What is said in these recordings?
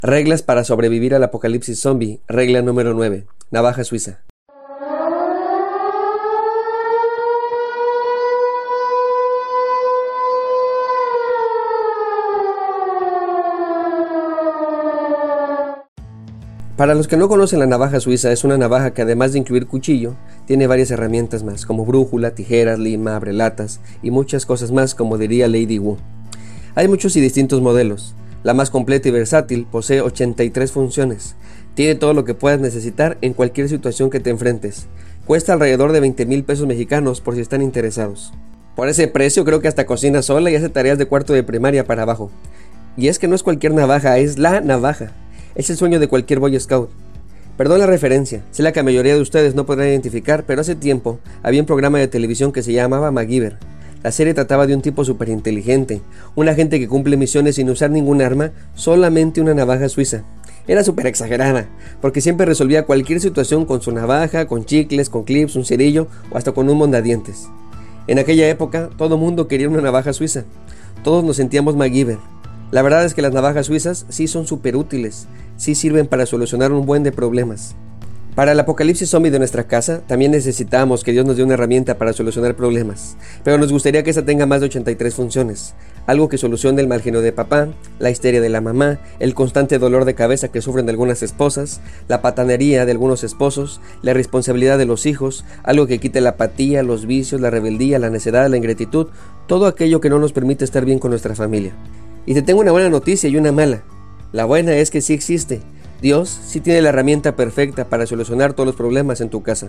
Reglas para sobrevivir al apocalipsis zombie. Regla número 9. Navaja suiza. Para los que no conocen, la navaja suiza es una navaja que, además de incluir cuchillo, tiene varias herramientas más, como brújula, tijeras, lima, abrelatas y muchas cosas más, como diría Lady Wu. Hay muchos y distintos modelos. La más completa y versátil posee 83 funciones. Tiene todo lo que puedas necesitar en cualquier situación que te enfrentes. Cuesta alrededor de 20,000 pesos mexicanos por si están interesados. Por ese precio creo que hasta cocina sola y hace tareas de cuarto de primaria para abajo. Y es que no es cualquier navaja, es la navaja. Es el sueño de cualquier Boy Scout. Perdón la referencia, sé la que la mayoría de ustedes no podrán identificar, pero hace tiempo había un programa de televisión que se llamaba MacGyver. La serie trataba de un tipo súper inteligente, un agente que cumple misiones sin usar ningún arma, solamente una navaja suiza. Era súper exagerada, porque siempre resolvía cualquier situación con su navaja, con chicles, con clips, un cerillo o hasta con un mondadientes. En aquella época, todo mundo quería una navaja suiza. Todos nos sentíamos MacGyver. La verdad es que las navajas suizas sí son súper útiles, sí sirven para solucionar un buen de problemas. Para el apocalipsis zombie de nuestra casa, también necesitamos que Dios nos dé una herramienta para solucionar problemas, pero nos gustaría que esta tenga más de 83 funciones, algo que solucione el mal genio de papá, la histeria de la mamá, el constante dolor de cabeza que sufren algunas esposas, la patanería de algunos esposos, la irresponsabilidad de los hijos, algo que quite la apatía, los vicios, la rebeldía, la necedad, la ingratitud, todo aquello que no nos permite estar bien con nuestra familia. Y te tengo una buena noticia y una mala. La buena es que sí existe. Dios sí tiene la herramienta perfecta para solucionar todos los problemas en tu casa.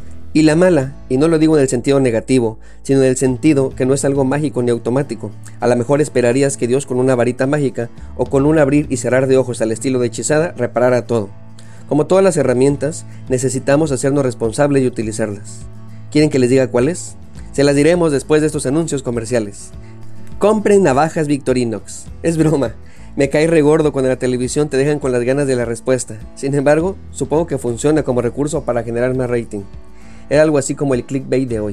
Y la mala, y no lo digo en el sentido negativo, sino en el sentido que no es algo mágico ni automático. A lo mejor esperarías que Dios con una varita mágica o con un abrir y cerrar de ojos al estilo de hechizada reparara todo. Como todas las herramientas, necesitamos hacernos responsables y utilizarlas. ¿Quieren que les diga cuáles? Se las diremos después de estos anuncios comerciales. Compren navajas Victorinox. Es broma. Me cae regordo cuando en la televisión te dejan con las ganas de la respuesta. Sin embargo, supongo que funciona como recurso para generar más rating. Era algo así como el clickbait de hoy.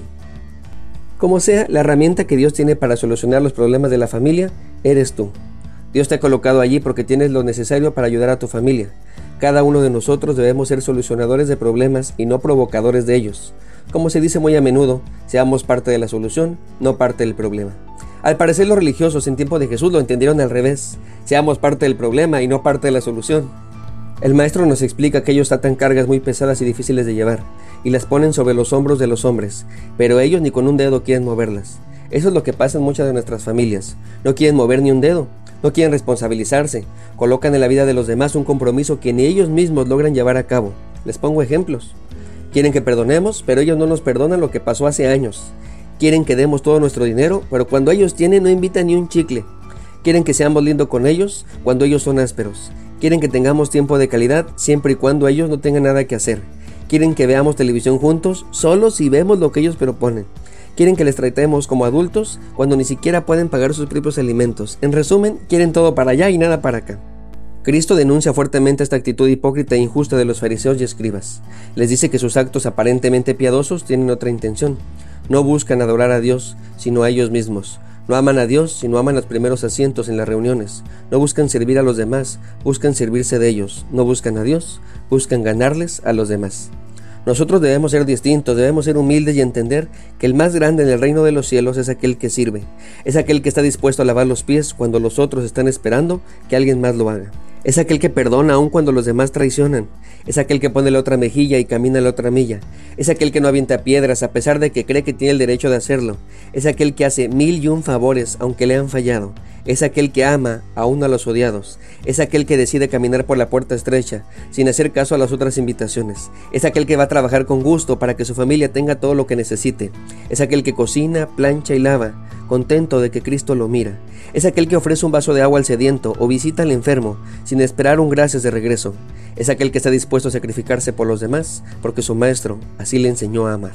Como sea, la herramienta que Dios tiene para solucionar los problemas de la familia, eres tú. Dios te ha colocado allí porque tienes lo necesario para ayudar a tu familia. Cada uno de nosotros debemos ser solucionadores de problemas y no provocadores de ellos. Como se dice muy a menudo, seamos parte de la solución, no parte del problema. Al parecer los religiosos en tiempo de Jesús lo entendieron al revés. Seamos parte del problema y no parte de la solución. El maestro nos explica que ellos atan cargas muy pesadas y difíciles de llevar, y las ponen sobre los hombros de los hombres, pero ellos ni con un dedo quieren moverlas. Eso es lo que pasa en muchas de nuestras familias. No quieren mover ni un dedo, no quieren responsabilizarse, colocan en la vida de los demás un compromiso que ni ellos mismos logran llevar a cabo. Les pongo ejemplos. Quieren que perdonemos, pero ellos no nos perdonan lo que pasó hace años. Quieren que demos todo nuestro dinero, pero cuando ellos tienen no invitan ni un chicle. Quieren que seamos lindos con ellos cuando ellos son ásperos. Quieren que tengamos tiempo de calidad siempre y cuando ellos no tengan nada que hacer. Quieren que veamos televisión juntos solo si vemos lo que ellos proponen. Quieren que les tratemos como adultos cuando ni siquiera pueden pagar sus propios alimentos. En resumen, quieren todo para allá y nada para acá. Cristo denuncia fuertemente esta actitud hipócrita e injusta de los fariseos y escribas. Les dice que sus actos aparentemente piadosos tienen otra intención. No buscan adorar a Dios, sino a ellos mismos. No aman a Dios, sino aman los primeros asientos en las reuniones. No buscan servir a los demás, buscan servirse de ellos. No buscan a Dios, buscan ganarles a los demás. Nosotros debemos ser distintos, debemos ser humildes y entender que el más grande en el reino de los cielos es aquel que sirve. Es aquel que está dispuesto a lavar los pies cuando los otros están esperando que alguien más lo haga. Es aquel que perdona aun cuando los demás traicionan. Es aquel que pone la otra mejilla y camina la otra milla. Es aquel que no avienta piedras a pesar de que cree que tiene el derecho de hacerlo. Es aquel que hace 1001 favores aunque le han fallado. Es aquel que ama aún a los odiados. Es aquel que decide caminar por la puerta estrecha sin hacer caso a las otras invitaciones. Es aquel que va a trabajar con gusto para que su familia tenga todo lo que necesite. Es aquel que cocina, plancha y lava, contento de que Cristo lo mira. Es aquel que ofrece un vaso de agua al sediento o visita al enfermo sin esperar un gracias de regreso. Es aquel que está dispuesto a sacrificarse por los demás porque su maestro así le enseñó a amar.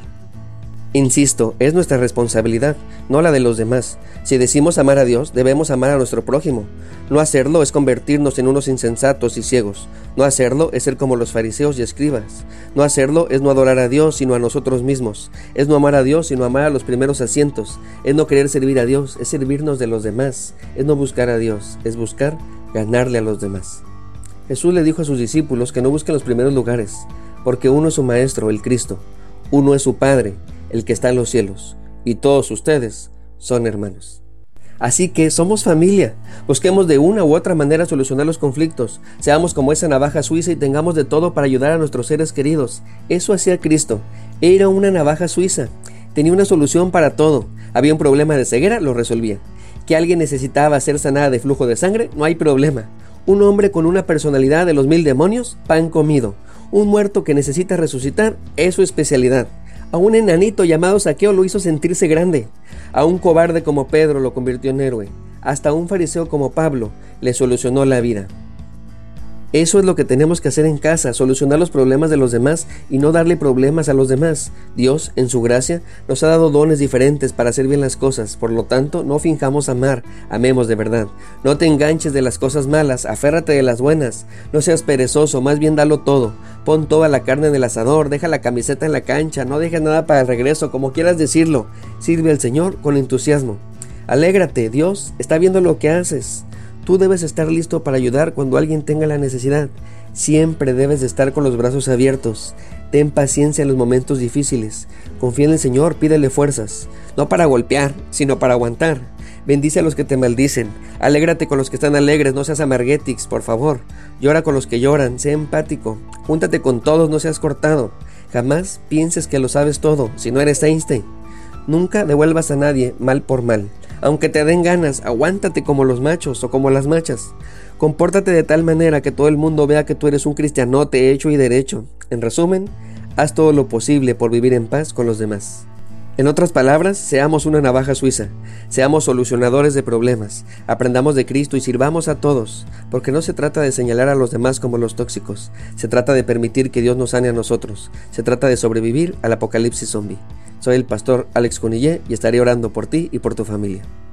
Insisto, es nuestra responsabilidad, no la de los demás. Si decimos amar a Dios, debemos amar a nuestro prójimo. No hacerlo es convertirnos en unos insensatos y ciegos. No hacerlo es ser como los fariseos y escribas. No hacerlo es no adorar a Dios, sino a nosotros mismos. Es no amar a Dios, sino amar a los primeros asientos. Es no querer servir a Dios, es servirnos de los demás. Es no buscar a Dios, es buscar ganarle a los demás. Jesús le dijo a sus discípulos que no busquen los primeros lugares, porque uno es su Maestro, el Cristo, uno es su Padre, el que está en los cielos, y todos ustedes son hermanos. Así que somos familia, busquemos de una u otra manera solucionar los conflictos, seamos como esa navaja suiza y tengamos de todo para ayudar a nuestros seres queridos. Eso hacía Cristo, era una navaja suiza, tenía una solución para todo. Había un problema de ceguera, lo resolvía. Que alguien necesitaba ser sanada de flujo de sangre, no hay problema. Un hombre con una personalidad de los 1000 demonios, pan comido. Un muerto que necesita resucitar, es su especialidad. A un enanito llamado Zaqueo lo hizo sentirse grande. A un cobarde como Pedro lo convirtió en héroe. Hasta a un fariseo como Pablo le solucionó la vida. Eso es lo que tenemos que hacer en casa, solucionar los problemas de los demás y no darle problemas a los demás. Dios, en su gracia, nos ha dado dones diferentes para hacer bien las cosas. Por lo tanto, no finjamos amar, amemos de verdad. No te enganches de las cosas malas, aférrate de las buenas. No seas perezoso, más bien dalo todo. Pon toda la carne en el asador, deja la camiseta en la cancha, no dejes nada para el regreso, como quieras decirlo. Sirve al Señor con entusiasmo. Alégrate, Dios está viendo lo que haces. Tú debes estar listo para ayudar cuando alguien tenga la necesidad. Siempre debes de estar con los brazos abiertos. Ten paciencia en los momentos difíciles. Confía en el Señor, pídele fuerzas. No para golpear, sino para aguantar. Bendice a los que te maldicen. Alégrate con los que están alegres, no seas amarguetix, por favor. Llora con los que lloran, sé empático. Júntate con todos, no seas cortado. Jamás pienses que lo sabes todo, si no eres Einstein. Nunca devuelvas a nadie mal por mal. Aunque te den ganas, aguántate como los machos o como las machas. Compórtate de tal manera que todo el mundo vea que tú eres un cristianote hecho y derecho. En resumen, haz todo lo posible por vivir en paz con los demás. En otras palabras, seamos una navaja suiza, seamos solucionadores de problemas, aprendamos de Cristo y sirvamos a todos, porque no se trata de señalar a los demás como los tóxicos, se trata de permitir que Dios nos sane a nosotros, se trata de sobrevivir al apocalipsis zombie. Soy el pastor Alex Conillé y estaré orando por ti y por tu familia.